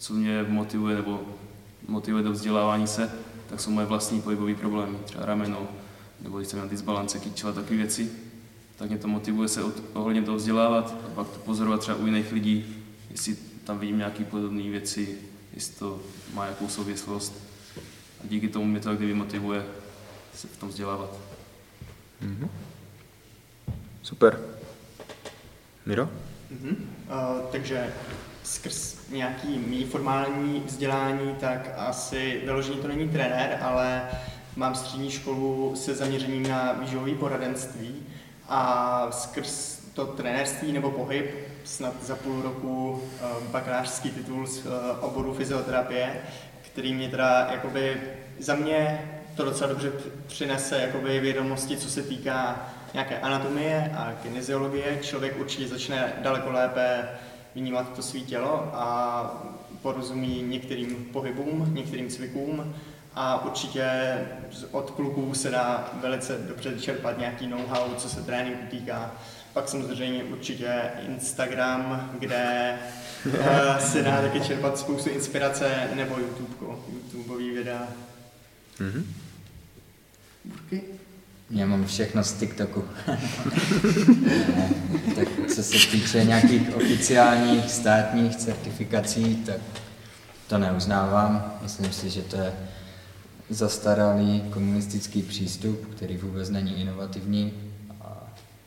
co mě motivuje nebo motivuje do vzdělávání se, tak jsou moje vlastní pohybové problémy, třeba rameno, nebo když jsem na disbalance, kyčel a takové věci, tak mě to motivuje se od, ohledně toho vzdělávat a pak to pozorovat třeba u jiných lidí, jestli tam vidím nějaké podobné věci, jestli to má nějakou souvislost. A díky tomu mě to tak kdyby motivuje se v tom vzdělávat. Mm-hmm. Super. Miro? Mm-hmm. Uh, takže skrz nějaký mý formální vzdělání, tak asi vyloženě to není trenér, ale mám střední školu se zaměřením na výživové poradenství a skrz to trenérství nebo pohyb snad za půl roku uh, bakalářský titul z uh, oboru fyzioterapie, který mě teda jakoby za mě to docela dobře přinese jakoby vědomosti, co se týká nějaké anatomie a kineziologie. Člověk určitě začne daleko lépe vnímat to svý tělo a porozumí některým pohybům, některým cvikům a určitě od kluků se dá velice dobře čerpat nějaký know-how, co se tréninku týká. Pak samozřejmě určitě Instagram, kde uh, se dá taky čerpat spoustu inspirace, nebo YouTube, YouTubeový videa. Mm-hmm. Burky? Já mám všechno z TikToku. Ne, tak co se týče nějakých oficiálních státních certifikací, tak to neuznávám. Myslím si, že to je zastaralý komunistický přístup, který vůbec není inovativní. A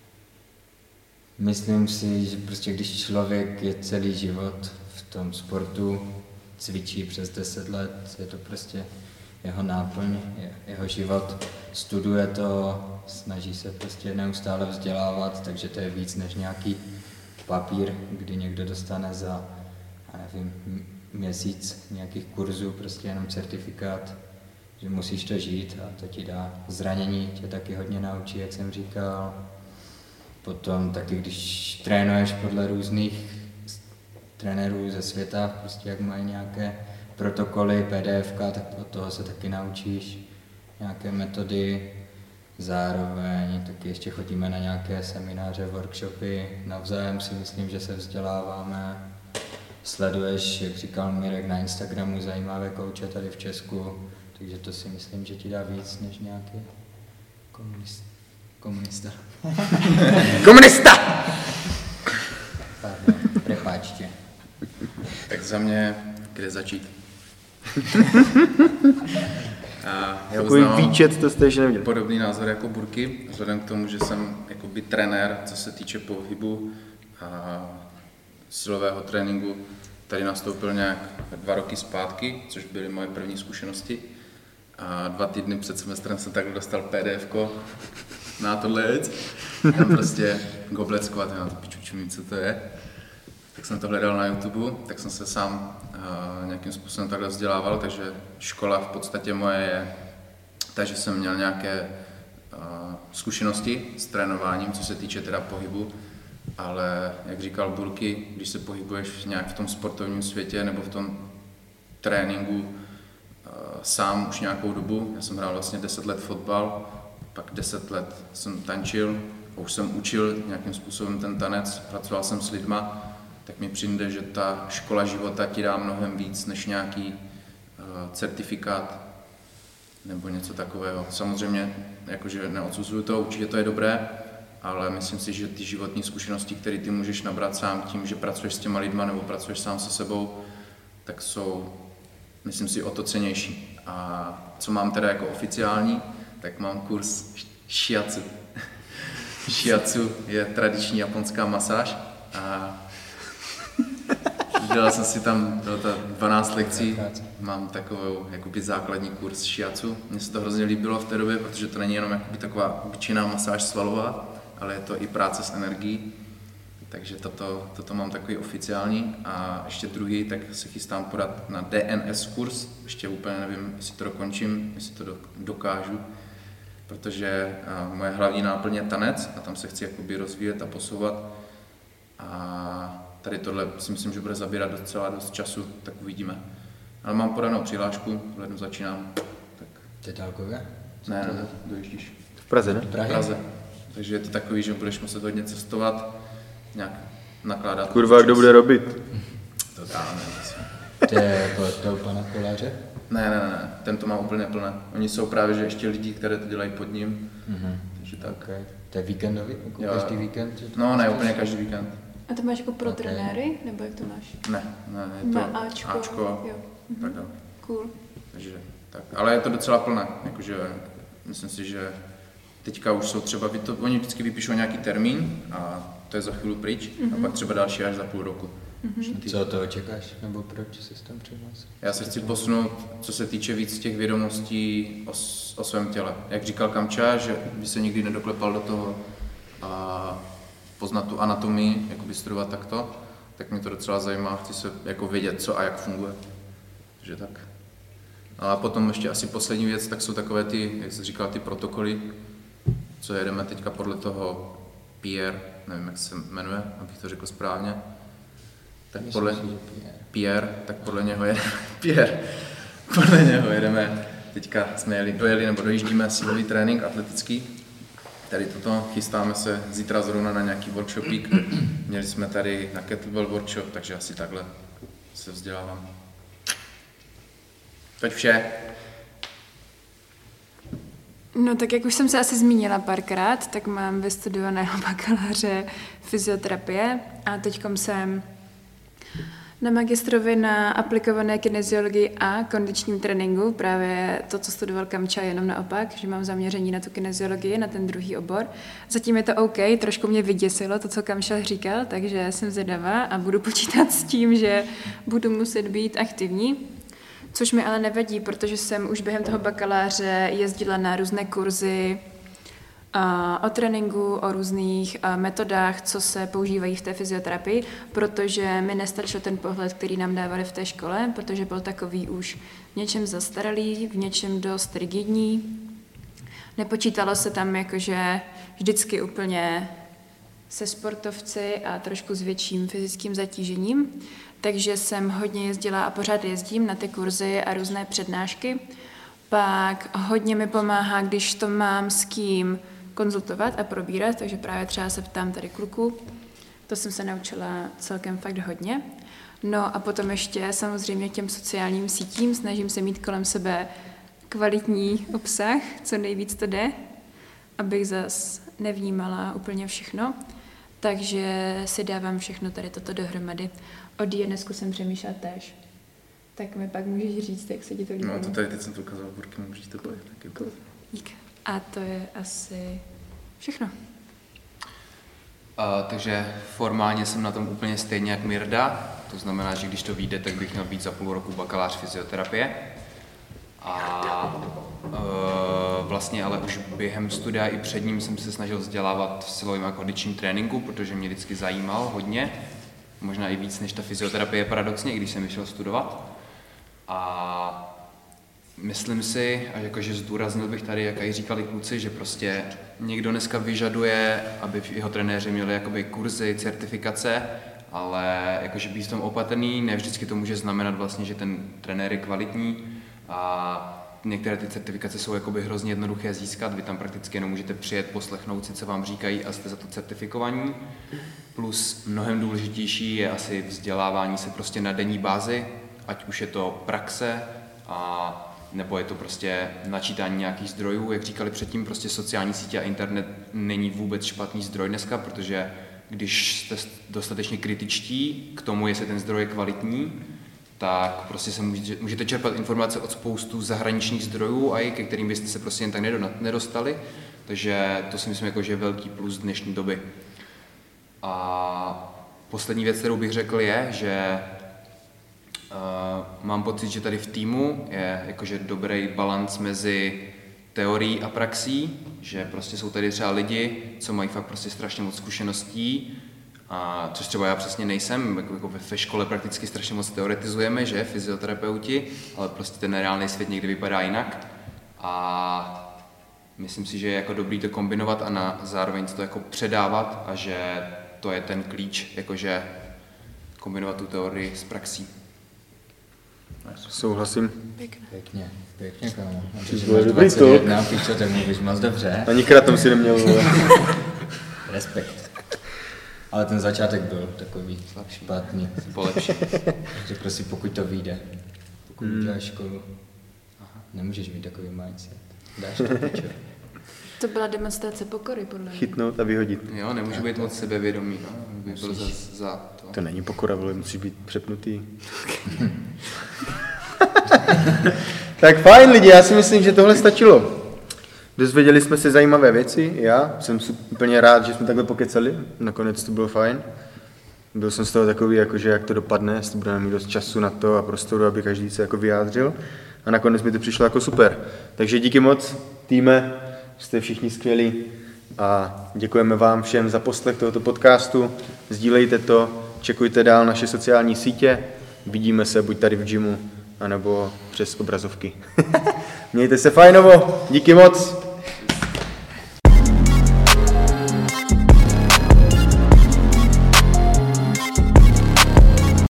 myslím si, že prostě když člověk je celý život v tom sportu, cvičí přes deset let, je to prostě jeho náplň, jeho život, studuje to, snaží se prostě neustále vzdělávat, takže to je víc než nějaký papír, kdy někdo dostane za, já nevím, měsíc nějakých kurzů, prostě jenom certifikát, že musíš to žít a to ti dá. Zranění tě taky hodně naučí, jak jsem říkal. Potom taky, když trénuješ podle různých trenérů ze světa, prostě jak mají nějaké protokoly, P D F ka, tak od toho se taky naučíš nějaké metody. Zároveň taky ještě chodíme na nějaké semináře, workshopy, navzájem si myslím, že se vzděláváme. Sleduješ, jak říkal Mirek, na Instagramu zajímavé kouče tady v Česku, takže to si myslím, že ti dá víc než nějaký komunist, komunista. Komunista! Pardon, prepáčte. Tak za mě, kde začít? A já Takový uznávám výčet, to jste ještě neviděli. podobný názor jako Burky, vzhledem k tomu, že jsem jakoby trenér, co se týče pohybu a silového tréninku. Tady nastoupil nějak dva roky zpátky, což byly moje první zkušenosti. A dva týdny před semestrem jsem takhle dostal P D F ko na tohle věc. Tam prostě goblet squat, já na to piču, čumím, co to je. Tak jsem to hledal na YouTube, tak jsem se sám uh, nějakým způsobem takhle vzdělával, takže škola v podstatě moje je, takže jsem měl nějaké uh, zkušenosti s trénováním, co se týče teda pohybu, ale jak říkal Burky, když se pohybuješ nějak v tom sportovním světě nebo v tom tréninku uh, sám už nějakou dobu, já jsem hrál vlastně deset let fotbal, pak deset let jsem tančil, a už jsem učil nějakým způsobem ten tanec, pracoval jsem s lidma, tak mi přijde, že ta škola života ti dá mnohem víc než nějaký uh, certifikát nebo něco takového. Samozřejmě, jakože neodsuzuju to, určitě to je dobré, ale myslím si, že ty životní zkušenosti, které ty můžeš nabrat sám tím, že pracuješ s těma lidma nebo pracuješ sám se sebou, tak jsou, myslím si, o to cennější. A co mám teda jako oficiální, tak mám kurz shiatsu. Shiatsu je tradiční japonská masáž a dělal jsem si tam dvanáct lekcí, mám takovou jakoby základní kurz shiatsu. Mně se to hrozně líbilo v té době, protože to není jenom jakoby taková obyčejná masáž svalová, ale je to i práce s energií. Takže toto, toto mám takový oficiální a ještě druhý, tak se chystám podat na D N S kurz, ještě úplně nevím, jestli to dokončím, jestli to dokážu, protože moje hlavní náplň je tanec a tam se chci jakoby rozvíjet a posouvat. A tady tohle si myslím, že bude zabírat docela dost času, tak uvidíme. Ale mám podanou přihlášku, v lednu začínám. Tak... To je dálkově? Ne, ne, dojíždíš. V Praze, ne? V Praze. V Praze. Takže je to takový, že budeš muset hodně cestovat, nějak nakládat. Kurva, kdo bude robit? To dá, ne, To je kolem toho pana koláře? Ne, ne, ne, ten to má úplně plné. Oni jsou právě, že ještě lidi, které to dělají pod ním. Mhm. Takže tak. Okay. To je víkendový? Jako Jo. každý víkend? že to No, ne, máš? úplně každý víkend. A to máš jako pro Ok. trenéry, nebo jak to máš? Ne, ne, je to Má Ačko. Ačko Jo. a tak dále. Cool. Takže tak. Ale je to docela plné, jakože myslím si, že teďka už jsou třeba, to, oni vždycky vypíšou nějaký termín a to je za chvíli pryč mm-hmm. a pak třeba další až za půl roku. Mm-hmm. Co od toho čekáš? Nebo proč jsi tam přihlásil? Já se chci posunout, co se týče víc těch vědomostí o, o svém těle. Jak říkal Kamča, že by se nikdy nedoklepal do toho a poznat tu anatomii, jakoby studovat takto, tak mě to docela zajímá, chci se jako vědět, co a jak funguje. Takže tak. A potom ještě asi poslední věc, tak jsou takové ty, jak jsi říkal, ty protokoly, co jedeme teďka podle toho P R, nevím, jak se jmenuje, abych to řekl správně. Tak Myslím podle si, že P R. P R, tak podle něho jedeme, P R, podle něho jedeme, teďka jsme jeli, dojeli nebo dojíždíme silový trénink atletický. Tady toto, chystáme se zítra zrovna na nějaký workshopík. Měli jsme tady na kettlebell workshop, takže asi takhle se vzdělávám. Toť vše. No tak jak už jsem se asi zmínila párkrát, tak mám vystudovaného bakaláře fyzioterapie a teďkom jsem na magistrovi na aplikované kineziologii a kondičním tréninku, právě to, co studoval Kamča, jenom naopak, že mám zaměření na tu kineziologii, na ten druhý obor. Zatím je to OK, trošku mě vyděsilo to, co Kamča říkal, takže jsem zvědavá a budu počítat s tím, že budu muset být aktivní. Což mi ale nevadí, protože jsem už během toho bakaláře jezdila na různé kurzy a, o tréninku, o různých a, metodách, co se používají v té fyzioterapii, protože mi nestačil ten pohled, který nám dávali v té škole, protože byl takový už v něčem zastaralý, v něčem dost rigidní. Nepočítalo se tam jakože vždycky úplně se sportovci a trošku s větším fyzickým zatížením. Takže jsem hodně jezdila a pořád jezdím na ty kurzy a různé přednášky. Pak hodně mi pomáhá, když to mám s kým konzultovat a probírat, takže právě třeba se ptám tady kluku. To jsem se naučila celkem fakt hodně. No a potom ještě samozřejmě těm sociálním sítím snažím se mít kolem sebe kvalitní obsah, co nejvíc to jde, abych zas nevnímala úplně všechno. Takže si dávám všechno tady toto dohromady. O D N S ku jsem přemýšlela též. Tak mi pak můžeš říct, jak se ti to líbilo. No to tady teď jsem to ukázal burky, můžeš to pojít taky. Cool. Dík. A to je asi všechno. Uh, takže formálně jsem na tom úplně stejně jak Mirda, to znamená, že když to vyjde, tak bych měl být za půl roku bakalář fyzioterapie. A uh, vlastně ale už během studia i před ním jsem se snažil vzdělávat v silovém a kondičním tréninku, protože mě vždycky zajímal hodně, možná i víc než ta fyzioterapie paradoxně, i když jsem vyšel studovat. A myslím si, a jakože zdůraznil bych tady, jak i říkali kluci, že prostě někdo dneska vyžaduje, aby jeho trenéři měli jakoby kurzy, certifikace, ale jakože být v tom opatrný, ne vždycky to může znamenat vlastně, že ten trenér je kvalitní a některé ty certifikace jsou jakoby hrozně jednoduché získat, vy tam prakticky jenom můžete přijet, poslechnout si, co vám říkají a jste za to certifikovaní. Plus mnohem důležitější je asi vzdělávání se prostě na denní bázi, ať už je to praxe a nebo je to prostě načítání nějakých zdrojů, jak říkali předtím, prostě sociální sítě a internet není vůbec špatný zdroj dneska, protože když jste dostatečně kritičtí k tomu, jestli ten zdroj je kvalitní, tak prostě se můžete čerpat informace od spoustu zahraničních zdrojů, a i ke kterým byste se prostě jen tak nedostali, takže to si myslím, jako, že je velký plus dnešní doby. A poslední věc, kterou bych řekl, je, že Uh, mám pocit, že tady v týmu je jakože dobrý balanc mezi teorií a praxí, že prostě jsou tady třeba lidi, co mají fakt prostě strašně moc zkušeností, a což třeba já přesně nejsem, jako, jako ve škole prakticky strašně moc teoretizujeme, že fyzioterapeuti, ale prostě ten reálný svět někdy vypadá jinak a myslím si, že je jako dobrý to kombinovat a na, zároveň to jako předávat a že to je ten klíč, jakože kombinovat tu teorii s praxí. Souhlasím. Pěkně. Pěkně, pěkně, kámo. To bylo dobrý to. Pičo, tak mluvíš moc dobře. Ani kratom si neměl. Respekt. Ale ten začátek byl takový špatný. Polepší. Řekl si, pokud to vyjde, pokud Hmm. uděláš školu, nemůžeš mít takový mindset. Dáš to pičo. To byla demonstrace pokory, podle mě. Chytnout a vyhodit. Jo, nemůžu být moc sebevědomý, no. By byl za, za to. To není pokora, vole, musí být přepnutý. Tak fajn lidi, já si myslím, že tohle stačilo. Dozvěděli jsme se zajímavé věci, já jsem úplně rád, že jsme takhle pokecali, nakonec to bylo fajn. Byl jsem z toho takový, jakože jak to dopadne, jestli budeme mít dost času na to a prostoru, aby každý se jako vyjádřil. A nakonec mi to přišlo jako super. Takže díky moc, týme, jste všichni skvělí a děkujeme vám všem za poslech tohoto podcastu. Sdílejte to, čekujte dál naše sociální sítě, vidíme se buď tady v gymu, anebo přes obrazovky. Mějte se fajnovo, díky moc.